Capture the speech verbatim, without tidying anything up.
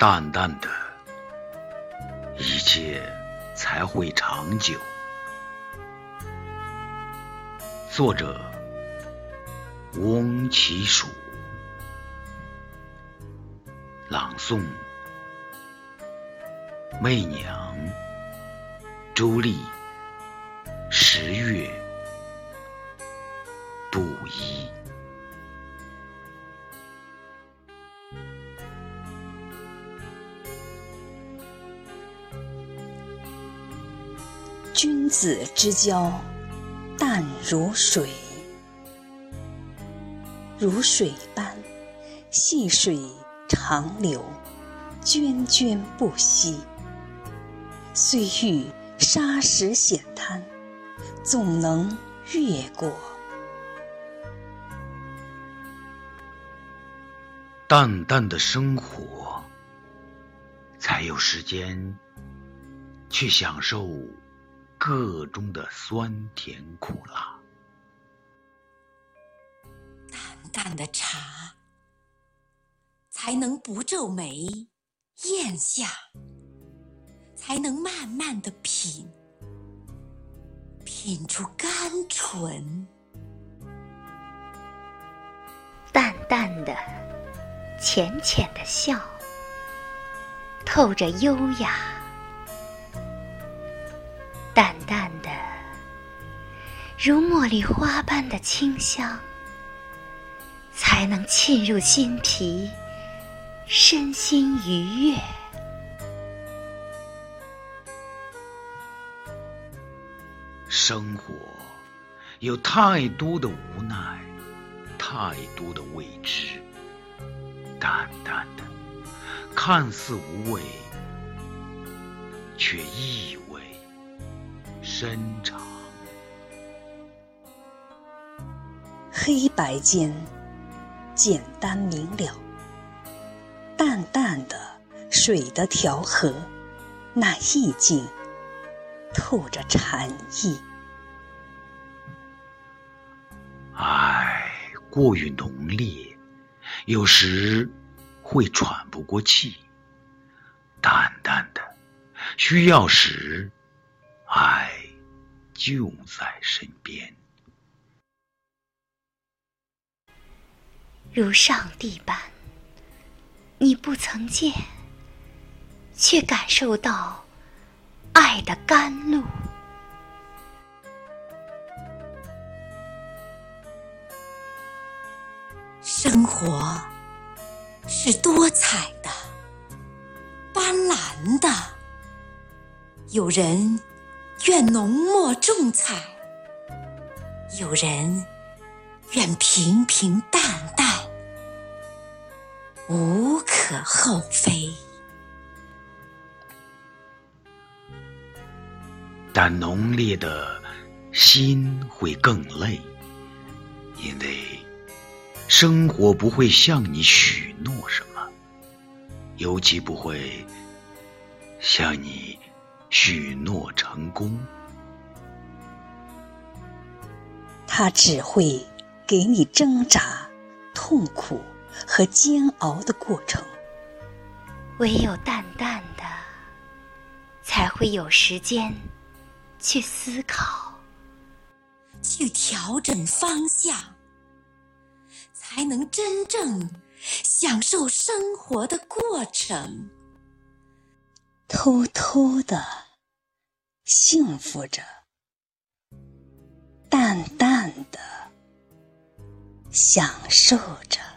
淡淡的，一切才会长久。作者：翁其蜀，朗诵：媚娘，周丽，十月，布衣。 君子之交淡如水，如水般细水长流，涓涓不息。虽遇沙石险滩，总能越过。 淡淡的生活，才有时间去享受个中的酸甜苦辣。 淡淡的茶，才能不皱眉咽下，才能慢慢的品，品出甘醇。 淡淡的浅浅的笑，透着优雅，淡淡的如茉莉花般的清香，才能沁入心脾，身心愉悦。 生活有太多的无奈，太多的未知，淡淡的看似无味，却意味深长。 黑白间简单明了，淡淡的水的调和，那意境透着禅意。 爱过于浓烈，有时会喘不过气。淡淡的需要时，爱就在身边。 如上帝般，你不曾见，却感受到爱的甘露。 生活是多彩的，斑斓的，有人愿浓墨重彩，有人愿平平淡淡，无可厚非。 但浓烈的心会更累，因为生活不会向你许诺什么，尤其不会向你许诺成功。 它只会给你挣扎、痛苦和煎熬的过程。 唯有淡淡的，才会有时间去思考， 去调整方向，才能真正享受生活的过程。 偷偷的幸福着，淡淡的享受着。